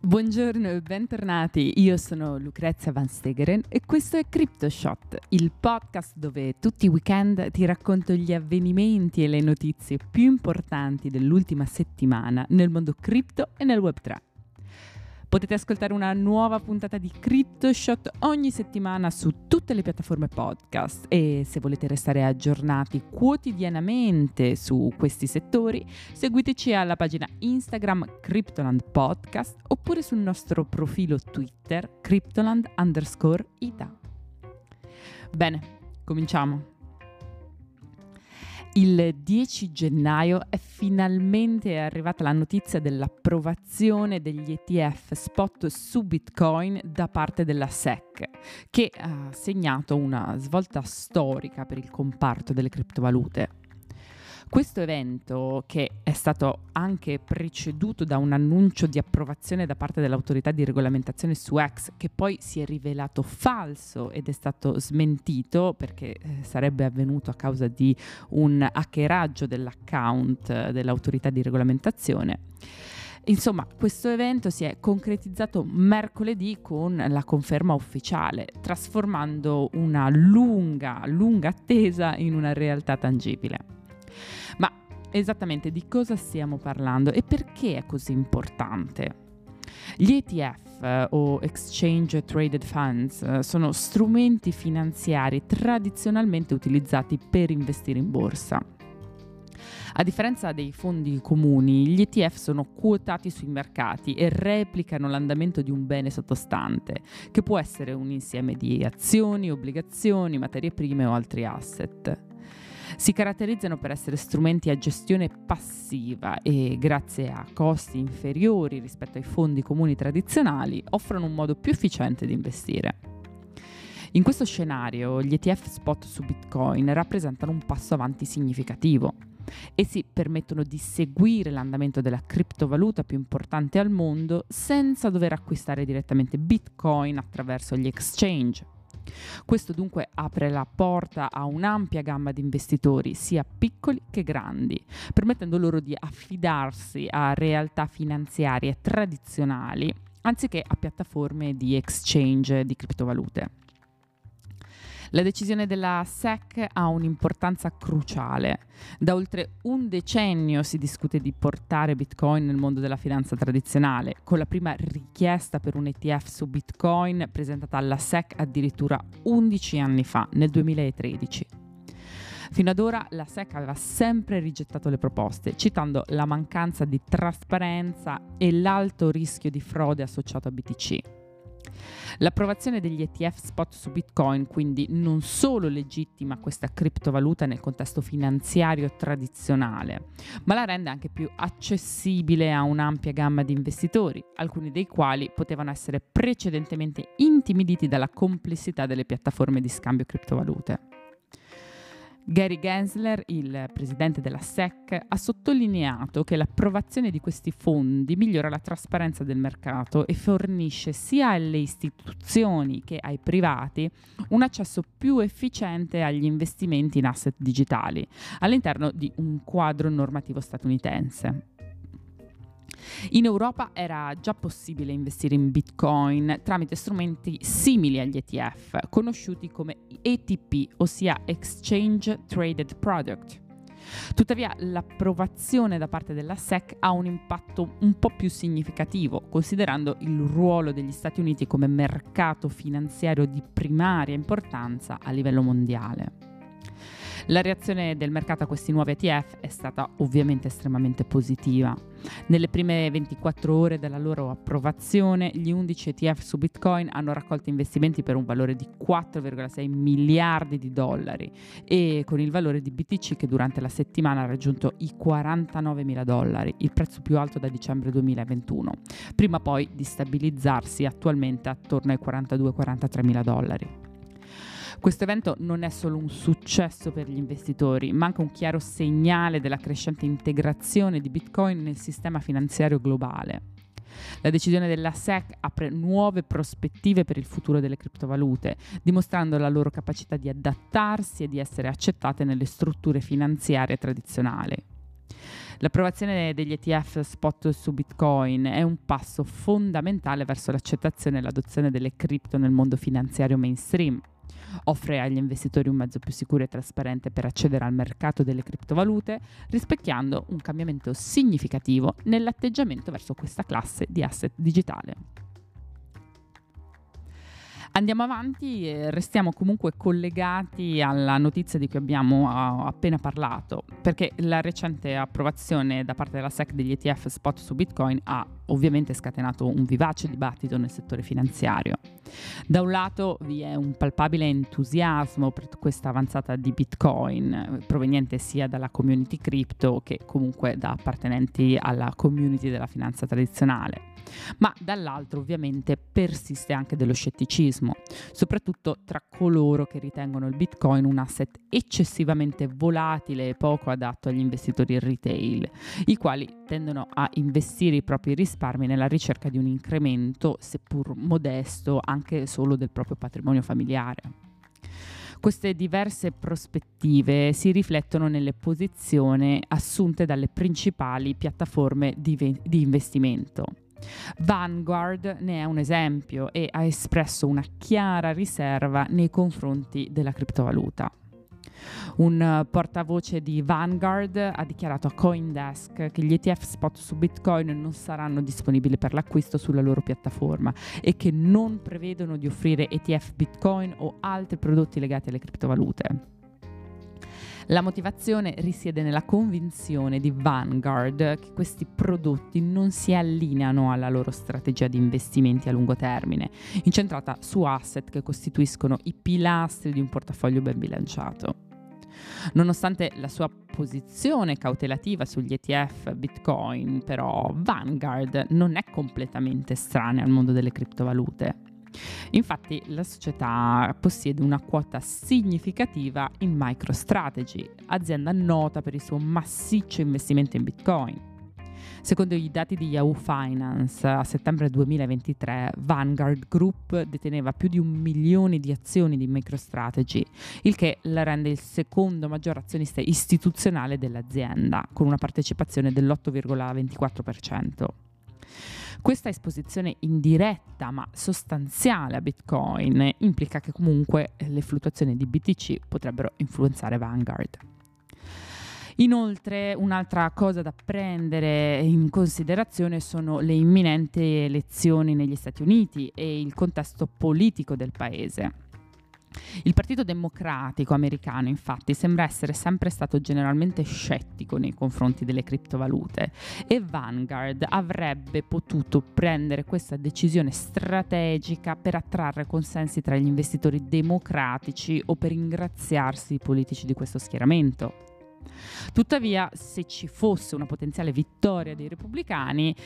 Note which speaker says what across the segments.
Speaker 1: Buongiorno e bentornati, io sono Lucrezia Van Stegeren e questo è CryptoShot, il podcast dove tutti i weekend ti racconto gli avvenimenti e le notizie più importanti dell'ultima settimana nel mondo cripto e nel Web3. Potete ascoltare una nuova puntata di CryptoShot ogni settimana su tutte le piattaforme podcast e se volete restare aggiornati quotidianamente su questi settori, seguiteci alla pagina Instagram Cryptoland Podcast oppure sul nostro profilo Twitter Cryptoland_ita. Bene, cominciamo. Il 10 gennaio è finalmente arrivata la notizia dell'approvazione degli ETF spot su Bitcoin da parte della SEC, che ha segnato una svolta storica per il comparto delle criptovalute. Questo evento, che è stato anche preceduto da un annuncio di approvazione da parte dell'autorità di regolamentazione su X, che poi si è rivelato falso ed è stato smentito perché sarebbe avvenuto a causa di un hackeraggio dell'account dell'autorità di regolamentazione. Insomma, questo evento si è concretizzato mercoledì con la conferma ufficiale, trasformando una lunga attesa in una realtà tangibile. Ma esattamente di cosa stiamo parlando e perché è così importante? Gli ETF o Exchange Traded Funds sono strumenti finanziari tradizionalmente utilizzati per investire in borsa. A differenza dei fondi comuni, gli ETF sono quotati sui mercati e replicano l'andamento di un bene sottostante, che può essere un insieme di azioni, obbligazioni, materie prime o altri asset. Si caratterizzano per essere strumenti a gestione passiva e, grazie a costi inferiori rispetto ai fondi comuni tradizionali, offrono un modo più efficiente di investire. In questo scenario, gli ETF spot su Bitcoin rappresentano un passo avanti significativo. Essi permettono di seguire l'andamento della criptovaluta più importante al mondo senza dover acquistare direttamente Bitcoin attraverso gli exchange. Questo dunque apre la porta a un'ampia gamma di investitori, sia piccoli che grandi, permettendo loro di affidarsi a realtà finanziarie tradizionali anziché a piattaforme di exchange di criptovalute. La decisione della SEC ha un'importanza cruciale. Da oltre un decennio si discute di portare Bitcoin nel mondo della finanza tradizionale, con la prima richiesta per un ETF su Bitcoin presentata alla SEC addirittura 11 anni fa, nel 2013. Fino ad ora la SEC aveva sempre rigettato le proposte, citando la mancanza di trasparenza e l'alto rischio di frode associato a BTC. L'approvazione degli ETF spot su Bitcoin quindi non solo legittima questa criptovaluta nel contesto finanziario tradizionale, ma la rende anche più accessibile a un'ampia gamma di investitori, alcuni dei quali potevano essere precedentemente intimiditi dalla complessità delle piattaforme di scambio criptovalute. Gary Gensler, il presidente della SEC, ha sottolineato che l'approvazione di questi fondi migliora la trasparenza del mercato e fornisce sia alle istituzioni che ai privati un accesso più efficiente agli investimenti in asset digitali all'interno di un quadro normativo statunitense. In Europa era già possibile investire in Bitcoin tramite strumenti simili agli ETF, conosciuti come ETP, ossia Exchange Traded Product. Tuttavia, l'approvazione da parte della SEC ha un impatto un po' più significativo, considerando il ruolo degli Stati Uniti come mercato finanziario di primaria importanza a livello mondiale. La reazione del mercato a questi nuovi ETF è stata ovviamente estremamente positiva. Nelle prime 24 ore della loro approvazione, gli 11 ETF su Bitcoin hanno raccolto investimenti per un valore di 4,6 miliardi di dollari e con il valore di BTC che durante la settimana ha raggiunto i 49 mila dollari, il prezzo più alto da dicembre 2021, prima poi di stabilizzarsi attualmente attorno ai 42-43 mila dollari. Questo evento non è solo un successo per gli investitori, ma anche un chiaro segnale della crescente integrazione di Bitcoin nel sistema finanziario globale. La decisione della SEC apre nuove prospettive per il futuro delle criptovalute, dimostrando la loro capacità di adattarsi e di essere accettate nelle strutture finanziarie tradizionali. L'approvazione degli ETF spot su Bitcoin è un passo fondamentale verso l'accettazione e l'adozione delle cripto nel mondo finanziario mainstream. Offre agli investitori un mezzo più sicuro e trasparente per accedere al mercato delle criptovalute, rispecchiando un cambiamento significativo nell'atteggiamento verso questa classe di asset digitale. Andiamo avanti e restiamo comunque collegati alla notizia di cui abbiamo appena parlato, perché la recente approvazione da parte della SEC degli ETF spot su Bitcoin ha ovviamente scatenato un vivace dibattito nel settore finanziario. Da un lato vi è un palpabile entusiasmo per questa avanzata di Bitcoin, proveniente sia dalla community crypto che comunque da appartenenti alla community della finanza tradizionale. Ma dall'altro ovviamente persiste anche dello scetticismo, soprattutto tra coloro che ritengono il Bitcoin un asset eccessivamente volatile e poco adatto agli investitori retail, i quali tendono a investire i propri risparmi nella ricerca di un incremento, seppur modesto, anche solo del proprio patrimonio familiare. Queste diverse prospettive si riflettono nelle posizioni assunte dalle principali piattaforme di investimento. Vanguard ne è un esempio e ha espresso una chiara riserva nei confronti della criptovaluta. Un portavoce di Vanguard ha dichiarato a CoinDesk che gli ETF spot su Bitcoin non saranno disponibili per l'acquisto sulla loro piattaforma e che non prevedono di offrire ETF Bitcoin o altri prodotti legati alle criptovalute. La motivazione risiede nella convinzione di Vanguard che questi prodotti non si allineano alla loro strategia di investimenti a lungo termine, incentrata su asset che costituiscono i pilastri di un portafoglio ben bilanciato. Nonostante la sua posizione cautelativa sugli ETF Bitcoin, però Vanguard non è completamente estranea al mondo delle criptovalute. Infatti la società possiede una quota significativa in MicroStrategy, azienda nota per il suo massiccio investimento in Bitcoin. Secondo i dati di Yahoo Finance, a settembre 2023 Vanguard Group deteneva più di 1 milione di azioni di MicroStrategy, il che la rende il secondo maggior azionista istituzionale dell'azienda, con una partecipazione dell'8,24%. Questa esposizione indiretta ma sostanziale a Bitcoin implica che comunque le fluttuazioni di BTC potrebbero influenzare Vanguard. Inoltre, un'altra cosa da prendere in considerazione sono le imminenti elezioni negli Stati Uniti e il contesto politico del paese. Il Partito Democratico americano, infatti, sembra essere sempre stato generalmente scettico nei confronti delle criptovalute e Vanguard avrebbe potuto prendere questa decisione strategica per attrarre consensi tra gli investitori democratici o per ingraziarsi i politici di questo schieramento. Tuttavia, se ci fosse una potenziale vittoria dei repubblicani,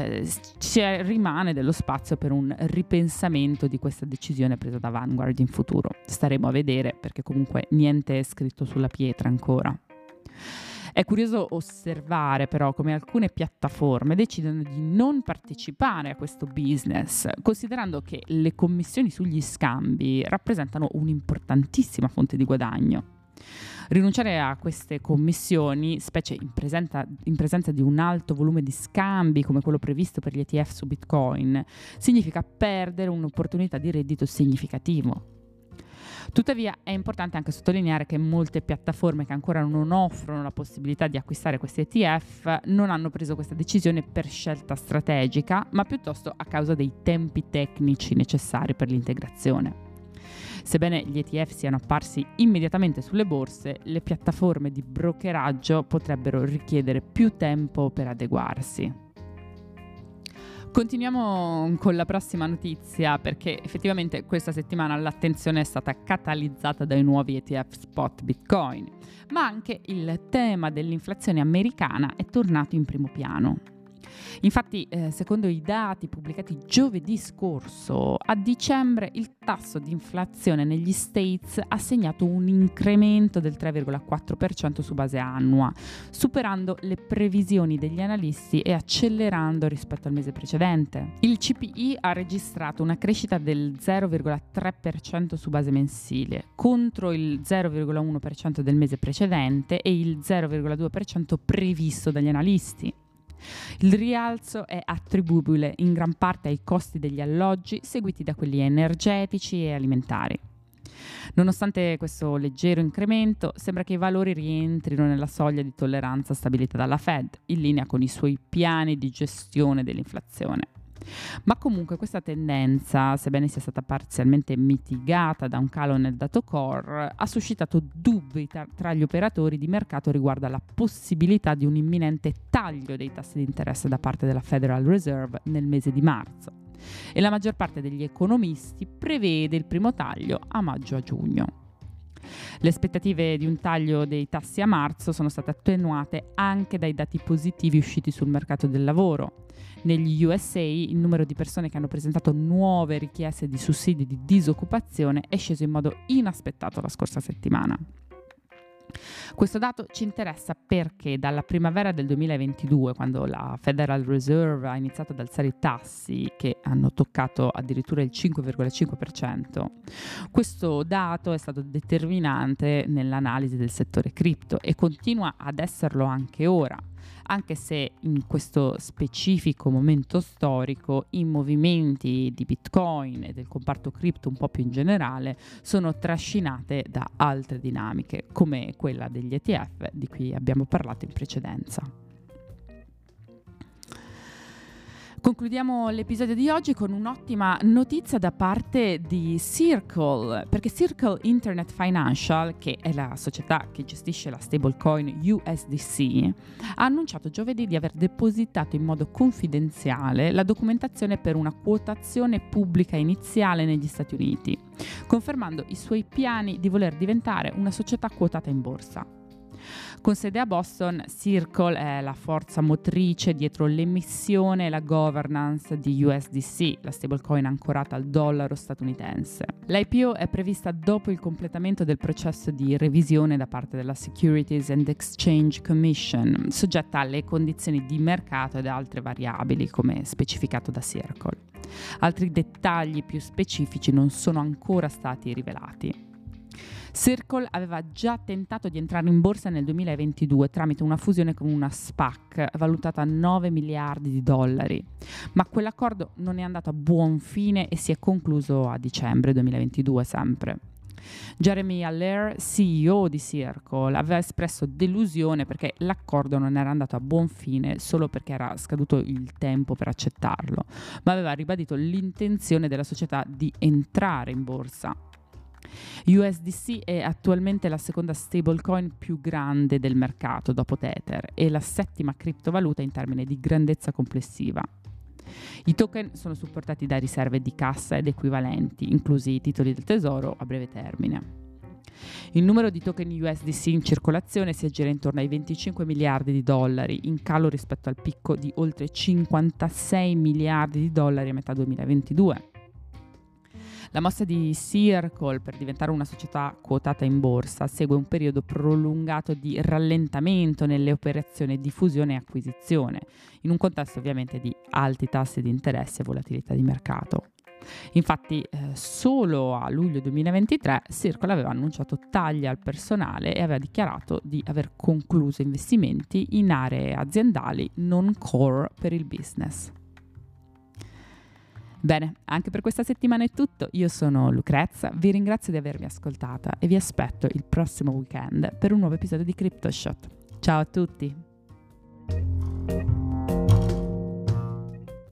Speaker 1: rimane dello spazio per un ripensamento di questa decisione presa da Vanguard in futuro. Staremo a vedere, perché comunque niente è scritto sulla pietra ancora. È curioso osservare però come alcune piattaforme decidono di non partecipare a questo business, considerando che le commissioni sugli scambi rappresentano un'importantissima fonte di guadagno. Rinunciare a queste commissioni, specie in presenza di un alto volume di scambi come quello previsto per gli ETF su Bitcoin, significa perdere un'opportunità di reddito significativo. Tuttavia è importante anche sottolineare che molte piattaforme che ancora non offrono la possibilità di acquistare questi ETF non hanno preso questa decisione per scelta strategica, ma piuttosto a causa dei tempi tecnici necessari per l'integrazione. Sebbene gli ETF siano apparsi immediatamente sulle borse, le piattaforme di brokeraggio potrebbero richiedere più tempo per adeguarsi. Continuiamo con la prossima notizia perché effettivamente questa settimana l'attenzione è stata catalizzata dai nuovi ETF spot Bitcoin, ma anche il tema dell'inflazione americana è tornato in primo piano. Infatti, secondo i dati pubblicati giovedì scorso, a dicembre il tasso di inflazione negli States ha segnato un incremento del 3,4% su base annua, superando le previsioni degli analisti e accelerando rispetto al mese precedente. Il CPI ha registrato una crescita del 0,3% su base mensile, contro il 0,1% del mese precedente e il 0,2% previsto dagli analisti. Il rialzo è attribuibile in gran parte ai costi degli alloggi, seguiti da quelli energetici e alimentari. Nonostante questo leggero incremento, sembra che i valori rientrino nella soglia di tolleranza stabilita dalla Fed, in linea con i suoi piani di gestione dell'inflazione. Ma comunque questa tendenza, sebbene sia stata parzialmente mitigata da un calo nel dato core, ha suscitato dubbi tra gli operatori di mercato riguardo alla possibilità di un imminente taglio dei tassi di interesse da parte della Federal Reserve nel mese di marzo. E la maggior parte degli economisti prevede il primo taglio a maggio a giugno. Le aspettative di un taglio dei tassi a marzo sono state attenuate anche dai dati positivi usciti sul mercato del lavoro. Negli USA il numero di persone che hanno presentato nuove richieste di sussidi di disoccupazione è sceso in modo inaspettato la scorsa settimana. Questo dato ci interessa perché dalla primavera del 2022, quando la Federal Reserve ha iniziato ad alzare i tassi, che hanno toccato addirittura il 5,5%, questo dato è stato determinante nell'analisi del settore cripto e continua ad esserlo anche ora, anche se in questo specifico momento storico i movimenti di Bitcoin e del comparto cripto un po' più in generale sono trascinate da altre dinamiche, come quella degli ETF di cui abbiamo parlato in precedenza. Concludiamo l'episodio di oggi con un'ottima notizia da parte di Circle, perché Circle Internet Financial, che è la società che gestisce la stablecoin USDC, ha annunciato giovedì di aver depositato in modo confidenziale la documentazione per una quotazione pubblica iniziale negli Stati Uniti, confermando i suoi piani di voler diventare una società quotata in borsa. Con sede a Boston, Circle è la forza motrice dietro l'emissione e la governance di USDC, la stablecoin ancorata al dollaro statunitense. L'IPO è prevista dopo il completamento del processo di revisione da parte della Securities and Exchange Commission, soggetta alle condizioni di mercato ed altre variabili, come specificato da Circle. Altri dettagli più specifici non sono ancora stati rivelati. Circle aveva già tentato di entrare in borsa nel 2022 tramite una fusione con una SPAC valutata a 9 miliardi di dollari, ma quell'accordo non è andato a buon fine e si è concluso a dicembre 2022 sempre. Jeremy Allaire, CEO di Circle, aveva espresso delusione perché l'accordo non era andato a buon fine solo perché era scaduto il tempo per accettarlo, ma aveva ribadito l'intenzione della società di entrare in borsa. USDC è attualmente la seconda stablecoin più grande del mercato dopo Tether e la settima criptovaluta in termini di grandezza complessiva. I token sono supportati da riserve di cassa ed equivalenti, inclusi i titoli del tesoro a breve termine. Il numero di token USDC in circolazione si aggira intorno ai 25 miliardi di dollari, in calo rispetto al picco di oltre 56 miliardi di dollari a metà 2022. La mossa di Circle per diventare una società quotata in borsa segue un periodo prolungato di rallentamento nelle operazioni di fusione e acquisizione, in un contesto ovviamente di alti tassi di interesse e volatilità di mercato. Infatti, solo a luglio 2023 Circle aveva annunciato tagli al personale e aveva dichiarato di aver concluso investimenti in aree aziendali non core per il business. Bene, anche per questa settimana è tutto. Io sono Lucrezia, vi ringrazio di avermi ascoltata e vi aspetto il prossimo weekend per un nuovo episodio di CryptoShot. Ciao a tutti!